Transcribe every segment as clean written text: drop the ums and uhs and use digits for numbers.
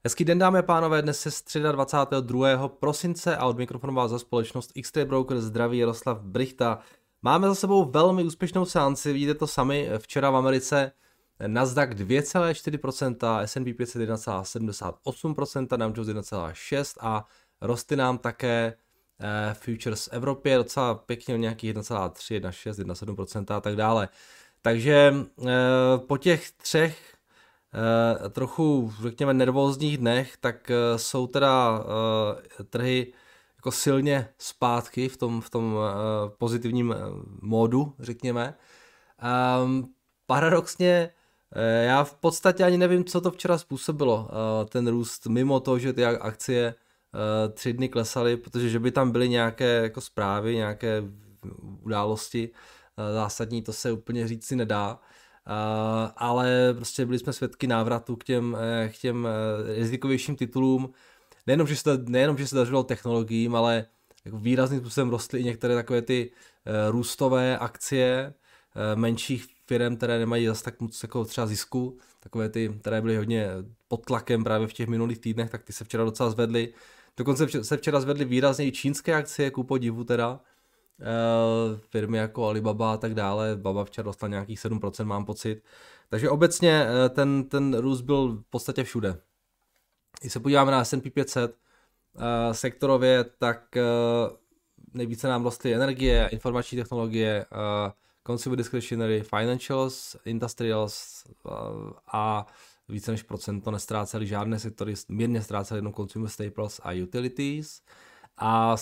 Hezký den, dámy a pánové, dnes je středa 22. prosince a od mikrofonu vás za společnost X-Ray Broker zdraví Jaroslav Brychta. Máme za sebou velmi úspěšnou seanci, vidíte to sami, včera v Americe Nasdaq 2,4%, S&P 500 1,78%, Dow Jones 1,6% a rostly nám také futures v Evropě docela pěkně nějakých 1,3, 1,6, 1,7% a tak dále. Takže po těch třech trochu, řekněme, nervózních dnech, tak jsou teda trhy jako silně zpátky v tom pozitivním módu, řekněme. Paradoxně, já v podstatě ani nevím, co to včera způsobilo, ten růst, mimo to, že ty akcie 3 dny klesaly, protože že by tam byly nějaké jako zprávy, nějaké události zásadní, to se úplně říct si nedá. Ale prostě byli jsme svědky návratu k těm rizikovějším titulům. Nejenom, že se dařilo technologiím, ale jako výrazným způsobem rostly i některé takové ty růstové akcie menších firm, které nemají zase tak moc jako třeba zisku, takové ty, které byly hodně pod tlakem právě v těch minulých týdnech, tak ty se včera docela zvedly. Dokonce se včera zvedly výrazně i čínské akcie, ku podivu teda. Firmy jako Alibaba a tak dále. Baba včera dostala nějakých 7%, mám pocit. Takže obecně ten růst byl v podstatě všude. Když se podíváme na S&P 500 sektorově, tak nejvíce nám rostly energie, informační technologie, consumer discretionary, financials, industrials a více než procento nestráceli žádné sektory, mírně ztráceli jenom consumer staples a utilities. A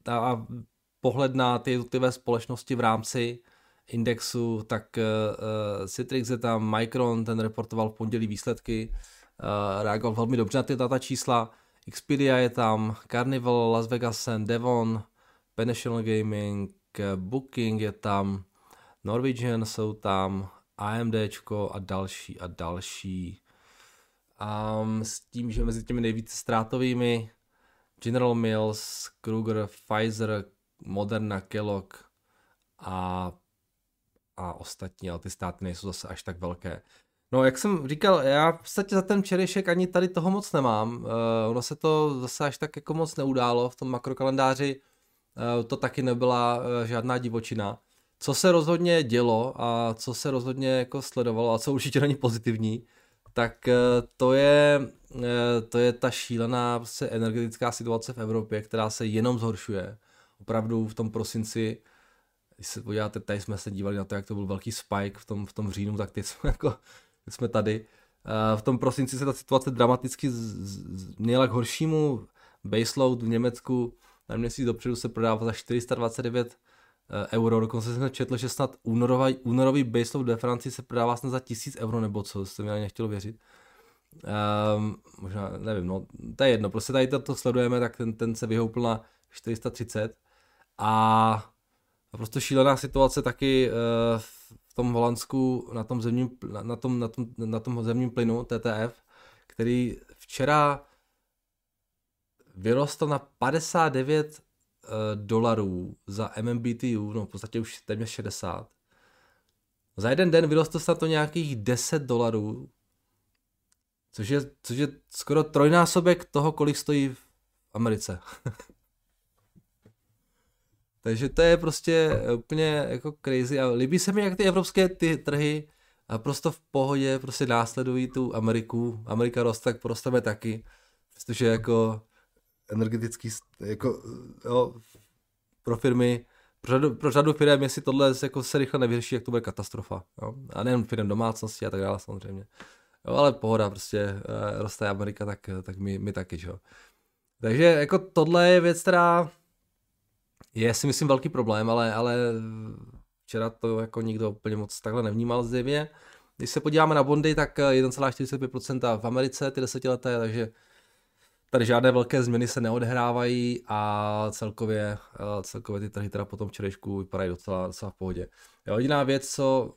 pohled na ty jednotlivé společnosti v rámci indexu, tak Citrix je tam, Micron, ten reportoval v pondělí výsledky, reagoval velmi dobře na ty data čísla, Expedia je tam, Carnival, Las Vegas Sands, Devon, National Gaming, Booking je tam, Norwegian jsou tam, AMDčko a další. S tím, že mezi těmi nejvíce ztrátovými General Mills, Kruger, Pfizer, Moderna, Kellogg a ostatní, ale ty státy nejsou zase až tak velké. No, jak jsem říkal, já v podstatě za ten včerejšek ani tady toho moc nemám. Ono se to zase až tak jako moc neudálo v tom makrokalendáři. To taky nebyla žádná divočina. Co se rozhodně dělo a co se rozhodně jako sledovalo a co určitě není pozitivní, tak to je ta šílená prostě energetická situace v Evropě, která se jenom zhoršuje. Opravdu v tom prosinci, když se podíváte, tady jsme se dívali na to, jak to byl velký spike v tom říjnu, tak teď jsme tady. V tom prosinci se ta situace dramaticky měla k horšímu. Baseload v Německu na měsíc dopředu se prodával za 429 euro, dokonce jsem četl, že snad únorový baseload ve Francii se prodává snad za 1000 euro, nebo co, to mi ani nechtělo věřit. Možná, nevím, no, to je jedno, prostě tady to sledujeme, tak ten se vyhoupl na 430 a prostě šílená situace taky v tom Holandsku na tom zemním plynu TTF, který včera vyrostl na 59 dolarů za MMBTU, no v podstatě už téměř 60. Za jeden den vyrostl snad to nějakých 10 dolarů, což je skoro trojnásobek toho, kolik stojí v Americe. Takže to je prostě úplně jako crazy a líbí se mi, jak ty evropské trhy a prostě v pohodě prostě následují tu Ameriku. Amerika roste, tak porosteme taky, protože jako energetický, jako jo, pro firmy, pro řadu firm, jestli tohle jako se rychle nevyřeší, jak to bude katastrofa. Jo? A nejen firm domácnosti a tak dále samozřejmě. Jo, ale pohoda, prostě roste Amerika, tak my taky, že jo. Takže jako tohle je věc, která je si myslím velký problém, ale včera to jako nikdo úplně moc takhle nevnímal zjevně. Když se podíváme na bondy, tak 1,45% v Americe, ty desetileté, takže tady žádné velké změny se neodehrávají a celkově ty trhy teda po tom včerejšku vypadají docela v pohodě. Jo, jediná věc, co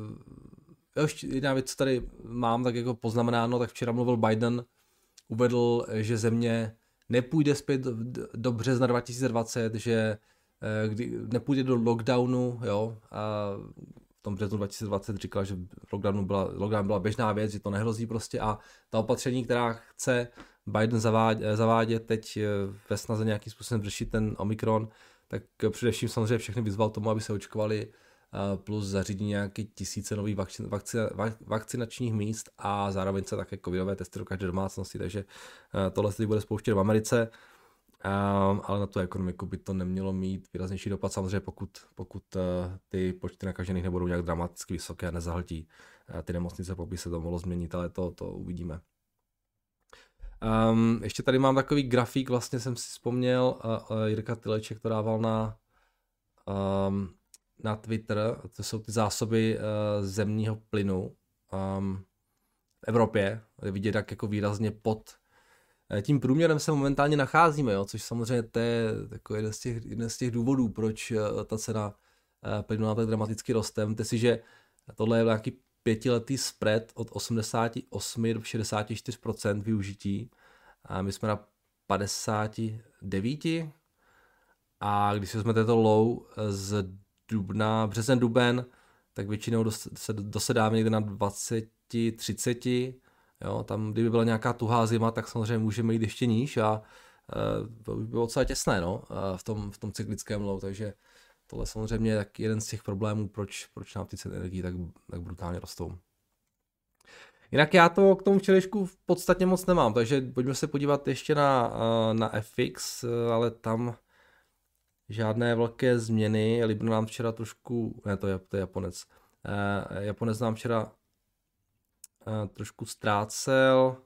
tady mám tak jako poznamenáno, tak včera mluvil Biden, uvedl, že země nepůjde zpět do března 2020, že nepůjde do lockdownu, jo, a tom březnu 2020 říkal, že lockdown byla běžná věc, že to nehrozí prostě a ta opatření, která chce Biden zavádět teď ve snaze nějakým způsobem řešit ten Omikron, tak především samozřejmě všechny vyzval tomu, aby se očkovali, plus zařídí nějaké tisíce nových vakcinačních míst a zároveň se také covidové testy do každé domácnosti, takže tohle se bude spouštět v Americe, ale na tu ekonomiku by to nemělo mít výraznější dopad, samozřejmě pokud ty počty nakažených nebudou nějak dramaticky vysoké a nezahltí ty nemocnice, pokud by se to mohlo změnit, ale to uvidíme. Ještě tady mám takový grafík, vlastně jsem si vzpomněl, Jirka Tyleček to dával na Twitter, to jsou ty zásoby zemního plynu v Evropě, kde vidět, jak jako výrazně pod tím průměrem se momentálně nacházíme, jo, což samozřejmě to je jako jeden z těch důvodů, proč ta cena plynu tak dramaticky roste. Vemte si, že tohle je nějaký 5letý spread od 88 do 64% využití a my jsme na 59 a když si vezmete to low z dubna, březen, duben, tak většinou dosedáme někde na 20-30. Jo, tam, kdyby byla nějaká tuhá zima, tak samozřejmě můžeme jít ještě níž a to by bylo docela těsné, no, v tom cyklickém low, takže tohle samozřejmě je tak jeden z těch problémů, proč nám ty ceny energií tak brutálně rostou. Jinak já to k tomu včerejšku v podstatě moc nemám, takže pojďme se podívat ještě na FX, ale tam žádné velké změny. Libra nám včera trošku, ne, to je Japonec. Japonec nám včera trošku ztrácel.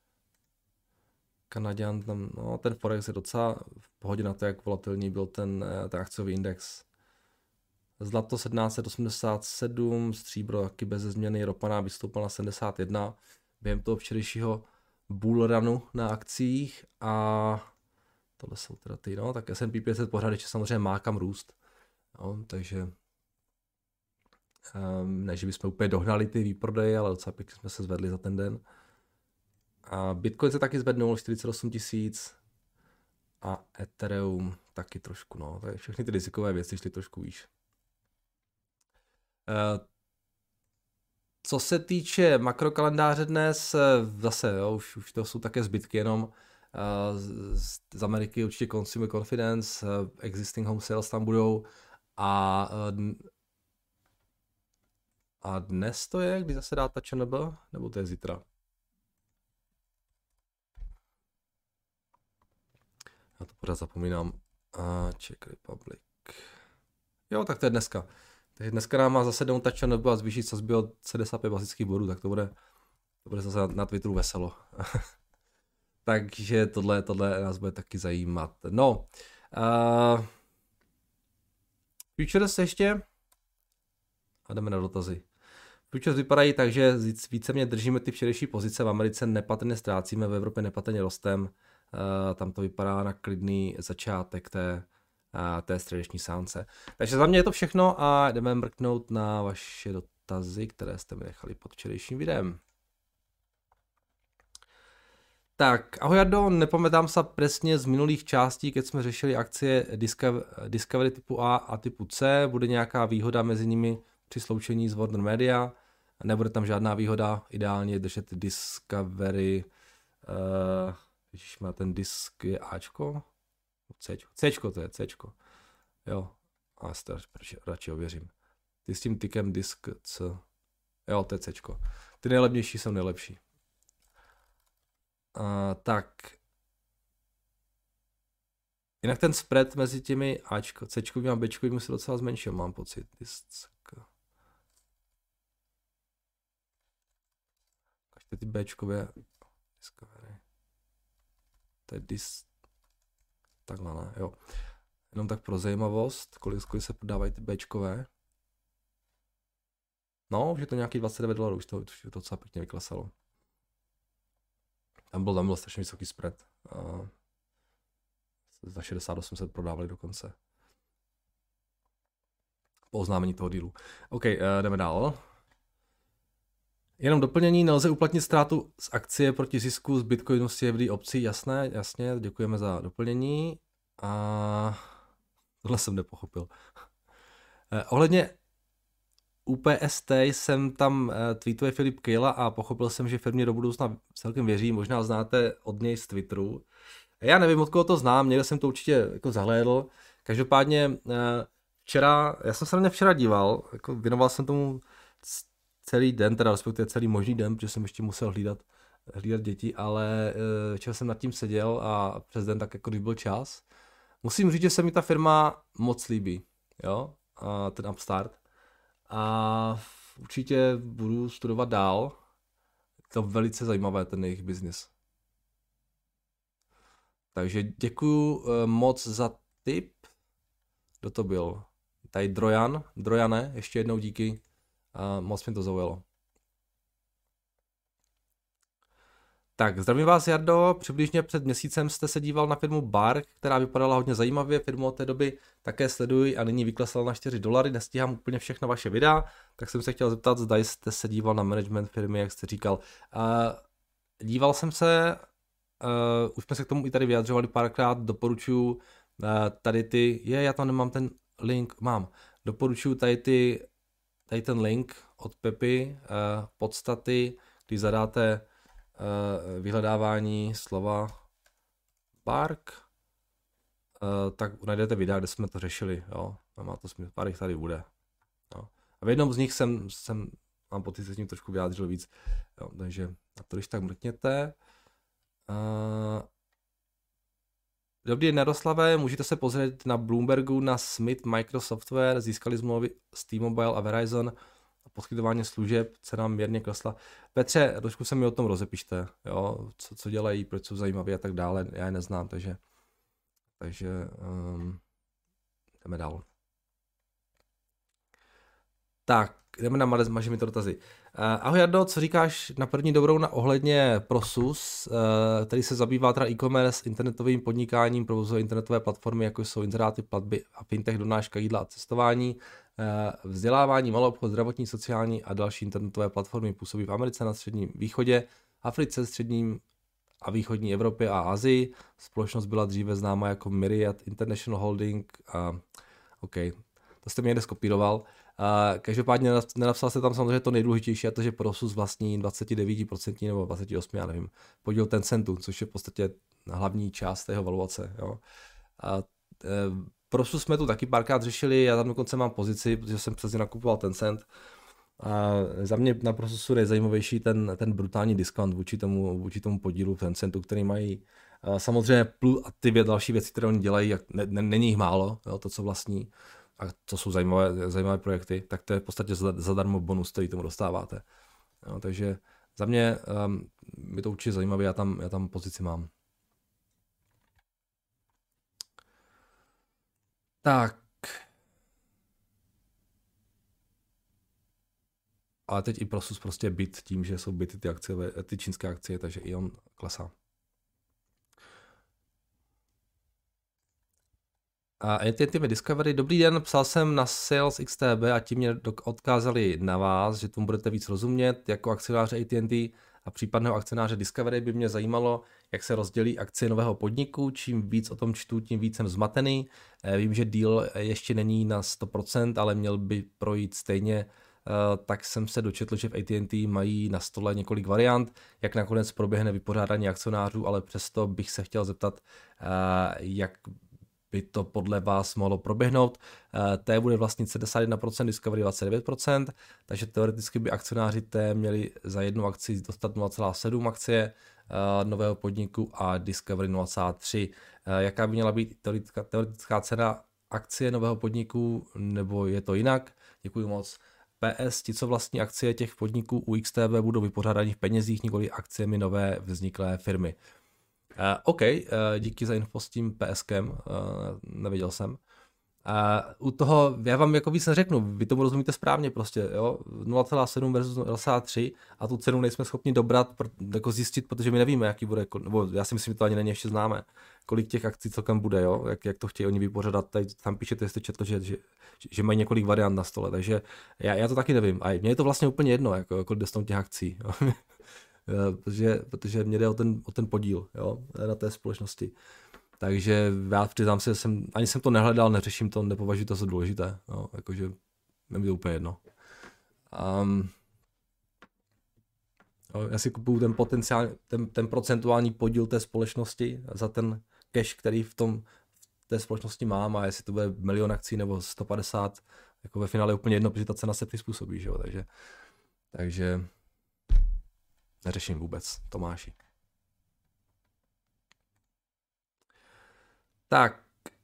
Kanaďan tam, no, ten Forex je docela v pohodě na to, jak volatilní byl ten akciový index. Zlato 1787, stříbro taky bez změny, ropa nám vystoupila na 71 během toho včerejšího bullrunu na akcích a tohle jsou teda ty, no, tak S&P 500 pořád ještě samozřejmě má kam růst, no, takže ne, že bychom úplně dohnali ty výprodeje, ale docela pěkně jsme se zvedli za ten den. A Bitcoin se taky zvednul 48 000 a Ethereum taky trošku, no, takže všechny ty rizikové věci šly trošku výš. Co se týče makrokalendáře dnes, zase, jo, už to jsou také zbytky jenom z Ameriky, určitě Consumer Confidence, Existing Home Sales tam budou a dnes to je, kdy zase dá ta ČNB, nebo to je zítra? Já to pořád zapomínám. Czech Republic. Jo, tak to je dneska. Takže dneska nám má zase down ta ČNB a zvýšit sazby o 75 bazických bodů, tak to bude zase na Twitteru veselo. Takže tohle nás bude taky zajímat. No, futures ještě a jdeme na dotazy. Futures vypadají tak, že víceméně držíme ty včerejší pozice, v Americe nepatrně ztrácíme, v Evropě nepatrně rostem, tam to vypadá na klidný začátek té středeční sánce. Takže za mě je to všechno a jdeme mrknout na vaše dotazy, které jste mi nechali pod včerejším videem. Tak, ahoj Jardo, nepamätám sa presne z minulých částí, keď sme řešili akcie Discovery typu A a typu C, bude nějaká výhoda mezi nimi při sloučení z Warner Media, nebude tam žádná výhoda, ideálně držet Discovery, ježišmá, ten disk je Ačko? Cčko to je, Cčko. Jo, a radši ověřím. Ty s tím tikem disk C. Jo, to je Cčko. Ty nejlevnější jsou nejlepší. Tak. Jinak ten spread mezi těmi Cčkovými a Bčkovými se docela zmenšil, mám pocit. Kažte ty Bčkové. Discovery. To je takhle, ne? Jo. Jenom tak pro zajímavost, kolik se prodávají ty Bčkové. No, už je to nějaký $29, už to docela pěkně vyklesalo. Tam byl strašně vysoký spread. Za 68 se prodávali dokonce. Po oznámení toho dealu. OK, jdeme dál. Jenom doplnění, nelze uplatnit ztrátu z akcie proti zisku z Bitcoinu z CFD opcí, jasně, děkujeme za doplnění. A tohle jsem nepochopil. Ohledně UPST jsem tam tweetuje Filip Kejla a pochopil jsem, že firmě do budoucna celkem věří, možná znáte od něj z Twitteru. Já nevím, od koho to znám, někde jsem to určitě jako zahlédl. Každopádně včera, já jsem se na ně včera díval, jako věnoval jsem tomu celý den, teda respektive celý možný den, protože jsem ještě musel hlídat děti, ale včera jsem nad tím seděl a přes den tak jako když byl čas. Musím říct, že se mi ta firma moc líbí, jo, a ten Upstart. A určitě budu studovat dál. To velice zajímavé, ten jejich biznis. Takže děkuju moc za tip. Kdo to byl? Tady Drojane, ještě jednou díky. Moc mě to zaujalo. Tak, zdravím vás, Jardo. Přibližně před měsícem jste se díval na firmu Bark, která vypadala hodně zajímavě. Firmu od té doby také sleduji a nyní vyklesala na $4. Nestíhám úplně všechno vaše videa, tak jsem se chtěl zeptat, zda jste se díval na management firmy, jak jste říkal. Díval jsem se, už jsme se k tomu i tady vyjadřovali párkrát, doporučuji tady ty, já tam nemám ten link, mám. Doporučuji tady ten link od Pepy, podstaty, když zadáte vyhledávání slova Bark, tak najdete videa, kde jsme to řešili, jo. Má to smysl, pár jich tady bude. Jo. A v jednom z nich jsem mám pocit, že s ním trošku vyjádřil víc, jo. Takže na to když tak mrkněte. Dobrý den, Jaroslave, můžete se pozrieť na Bloombergu na Smith Microsoftware, získali zmluvy s T-Mobile a Verizon, poskytování služeb, cena mírně klesla. Petře, trošku se mi o tom rozepište, jo, co dělají, proč jsou zajímaví a tak dále, já je neznám, takže jdeme dál. Tak, jdeme na maže mi to dotazy. Ahoj Jardo, co říkáš na první dobrou na ohledně Prosus, který se zabývá teda e-commerce, internetovým podnikáním, provozuje internetové platformy, jako jsou inzeráty, platby a fintech, donáška, jídla a cestování, vzdělávání, malou obchod, zdravotní, sociální a další internetové platformy, působí v Americe, na Středním východě, Africe, středním a východní Evropě a Asii. Společnost byla dříve známa jako Myriad International Holding. OK, to jste mě někde skopíroval. Každopádně nenapsal se tam samozřejmě to nejdůležitější, a to, že Prosus vlastní 29% nebo 28%, já nevím, podíl Tencentu, což je v podstatě hlavní část té jeho valuace. Jo. Prosus jsme tu taky párkrát řešili, já tam dokonce mám pozici, protože jsem přesně nakupoval Tencent. A za mě na Prosusu je zajímavější ten brutální diskont vůči tomu podílu Tencentu, který mají samozřejmě plus a ty další věci, které oni dělají, není jich málo, jo, to, co vlastní, a to jsou zajímavé projekty, tak to je v podstatě zadarmo bonus, který tomu dostáváte. Jo, takže za mě je to určitě zajímavé, já tam pozici mám. Tak. Ale teď i Prosus prostě byt tím, že jsou byty ty čínské akcie, takže i on klesá. A AT&T Discovery, dobrý den, psal jsem na Sales XTB a ti mě odkázali na vás, že tomu budete víc rozumět. Jako akcionáře AT&T a případného akcionáře Discovery by mě zajímalo, jak se rozdělí akcie nového podniku. Čím víc o tom čtu, tím víc jsem zmatený. Vím, že deal ještě není na 100%, ale měl by projít stejně. Tak jsem se dočetl, že v AT&T mají na stole několik variant, jak nakonec proběhne vypořádání akcionářů, ale přesto bych se chtěl zeptat, jak by to podle vás mohlo proběhnout. T bude vlastnit 71%, Discovery 29%, takže teoreticky by akcionáři T měli za jednu akci dostat 0,7 akcie nového podniku a Discovery 0,3. Jaká by měla být teoretická cena akcie nového podniku, nebo je to jinak? Děkuji moc. PS, ti, co vlastní akcie těch podniků u XTB, budou vypořádáni v penězích, nikoli akciemi nové vzniklé firmy. OK, díky za info s tím PSkem, nevěděl jsem. U toho, já vám jako víc neřeknu, vy tomu rozumíte správně prostě, jo, 0,7 versus 0,3 a tu cenu nejsme schopni dobrat, jako zjistit, protože my nevíme, jaký bude, nebo já si myslím, že to ani není ještě známe, kolik těch akcí celkem bude, jo, jak to chtějí oni vypořádat, tady tam píšete, jestli četl, že mají několik variant na stole, takže já to taky nevím a mně je to vlastně úplně jedno, jako jde z těch akcí, jo. protože mě jde o ten podíl, jo, na té společnosti. Takže já přiznám se, ani jsem to nehledal, neřeším to, nepovažuji to za důležité, no, jakože mi to úplně jedno. Já si kupuju ten procentuální podíl té společnosti za ten cash, který v té společnosti mám, a jestli to bude 1 milion akcí nebo 150, jako ve finále je úplně jedno, protože ta cena se přizpůsobí, že jo? Takže neřeším vůbec, Tomáši. Tak.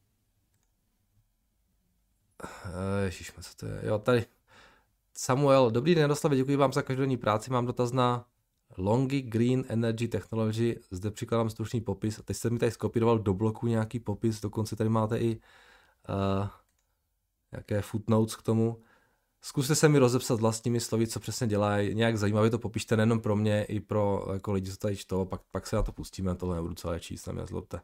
Ježišme, co to je? Jo, tady. Samuel, dobrý den, Jaroslave, děkuji vám za každodenní práci, mám dotaz na Longi Green Energy Technology, zde přikládám stručný popis, a teď jste mi tady skopíroval do bloku nějaký popis, dokonce tady máte i nějaké footnotes k tomu. Zkuste se mi rozepsat vlastními slovy, co přesně dělají, nějak zajímavě to popište nejenom pro mě, i pro jako lidi, co tady čtou, pak se na to pustíme, tohle nebudu celé číst, na mě zlobte.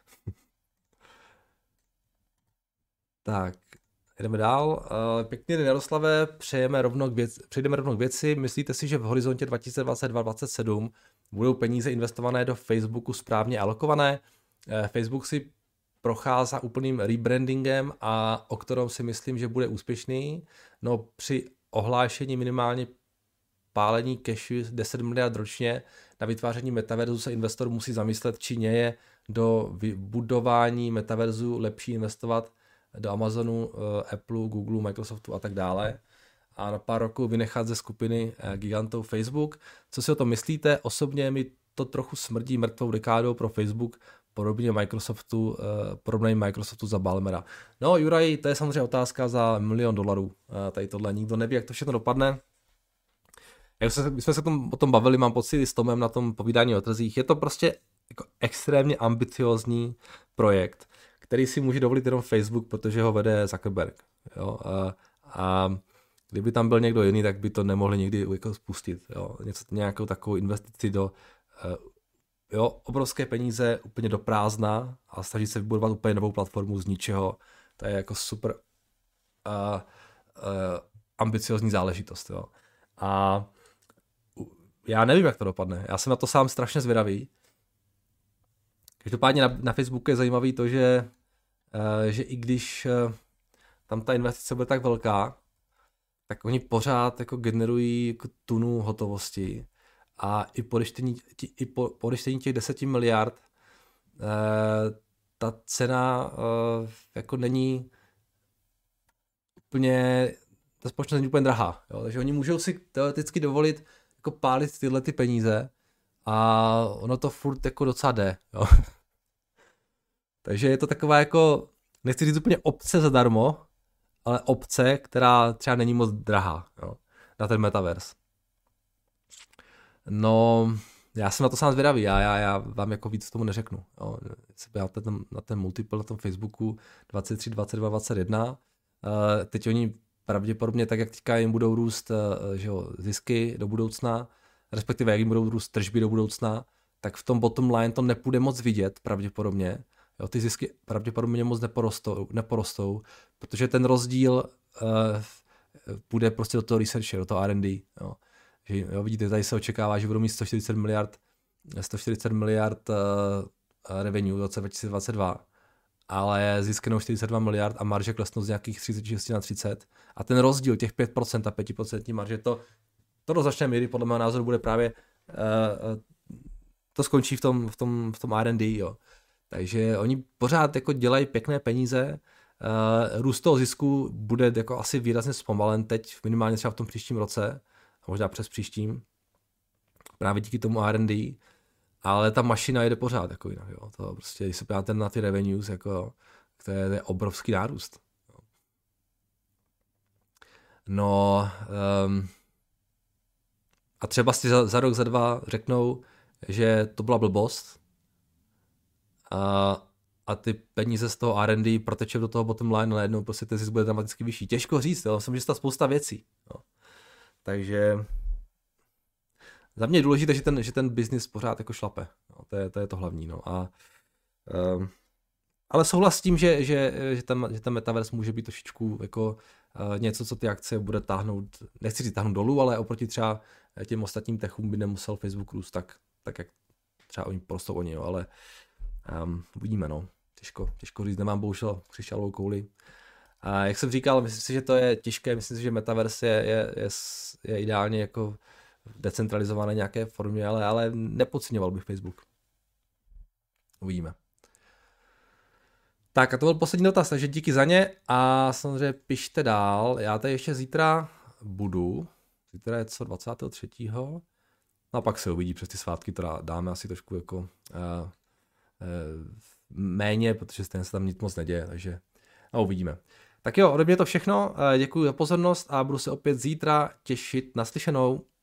Tak, jdeme dál. Pěkný den, Jaroslave, přejdeme rovnou k věci. Myslíte si, že v horizontě 2022-2027 budou peníze investované do Facebooku správně alokované? Facebook si prochází úplným rebrandingem, a o kterém si myslím, že bude úspěšný. No, při ohlášení minimálně pálení cashu 10 miliard ročně na vytváření metaverzu se investor musí zamyslet, či je do vybudování metaverzu lepší investovat do Amazonu, Apple, Google, Microsoftu a tak dále, a na pár roků vynechat ze skupiny gigantů Facebook. Co si o tom myslíte? Osobně mi to trochu smrdí mrtvou dekádou pro Facebook, podobně Microsoftu za Balmera. No, Juraj, to je samozřejmě otázka za $1 milion. Tady tohle nikdo neví, jak to všechno dopadne. My jsme se o tom bavili, mám pocit s Tomem na tom povídání o trzích. Je to prostě jako extrémně ambiciózní projekt, který si může dovolit jenom Facebook, protože ho vede Zuckerberg. Jo? A kdyby tam byl někdo jiný, tak by to nemohli nikdy jako spustit. Jo? Nějakou takovou investici do obrovské peníze úplně do prázdna a snažit se vybudovat úplně novou platformu z ničeho. To je jako super ambiciozní záležitost. Jo? A já nevím, jak to dopadne. Já jsem na to sám strašně zvědavý. Každopádně na Facebooku je zajímavý to, že i když tam ta investice bude tak velká, tak oni pořád jako generují jako tunu hotovosti, a i po odečtení těch 10 miliard ta cena jako není úplně, ta společnost není úplně drahá. Jo? Takže oni můžou si teoreticky dovolit jako pálit tyhle ty peníze a ono to furt jako docela jde. Jo? Takže je to taková jako, nechci říct úplně obce zadarmo, ale obce, která třeba není moc drahá, jo, na ten metaverse. No, já jsem na to sám zvědavý, já vám jako víc tomu neřeknu. Jo. Na ten multiple na tom Facebooku 23, 22, 21. Teď oni pravděpodobně, tak jak teďka jim budou růst že jo, zisky do budoucna, respektive jak jim budou růst tržby do budoucna, tak v tom bottom line to nepůjde moc vidět pravděpodobně. Jo, ty zisky pravděpodobně moc neporostou, protože ten rozdíl půjde prostě do toho researche, do toho R&D. Jo. Že, jo, vidíte, tady se očekává, že budou mít 140 miliard revenue v roce 2022, ale získanou 42 miliard a marže klesnou z nějakých 36 na 30. A ten rozdíl těch 5% a 5% marže, to do značné míry podle mého názoru bude právě to skončí v tom R&D, jo. Takže oni pořád jako dělají pěkné peníze, růst toho zisku bude jako asi výrazně zpomalen teď, minimálně třeba v tom příštím roce, a možná přes příštím, právě díky tomu R&D, ale ta mašina jede pořád jako jinak, jo. To prostě, když se podíváte na ty revenues, jako, to je obrovský nárůst. No, a třeba si za rok, za dva řeknou, že to byla blbost, a ty peníze z toho R&D protečou do toho bottom line a najednou prostě ten zisk bude dramaticky vyšší. Těžko říct, jo, jsem říct spousta věcí. Jo. Takže za mě je důležité, že ten business pořád jako šlape. Jo. To je to hlavní. No. Ale souhlasím, že ten metaverse může být trošičku jako něco, co ty akcie bude táhnout, nechci říct táhnout dolů, ale oproti třeba těm ostatním techům by nemusel Facebook růst tak jak třeba oni prostou oni, jo, ale uvidíme, no. Těžko říct, nemám bohužel křišťálovou kouli. A jak jsem říkal, myslím si, že to je těžké, myslím si, že Metaverse je ideálně jako v decentralizované nějaké formě, ale nepodceňoval bych Facebook. Uvidíme. Tak a to byl poslední dotaz, takže díky za ně a samozřejmě pište dál. Já tady ještě zítra budu. Zítra je co 23. No a pak se uvidí přes ty svátky, teda dáme asi trošku jako méně, protože stejně se tam nic moc neděje, takže a uvidíme. Tak jo, ode mě to všechno, děkuji za pozornost a budu se opět zítra těšit na slyšenou.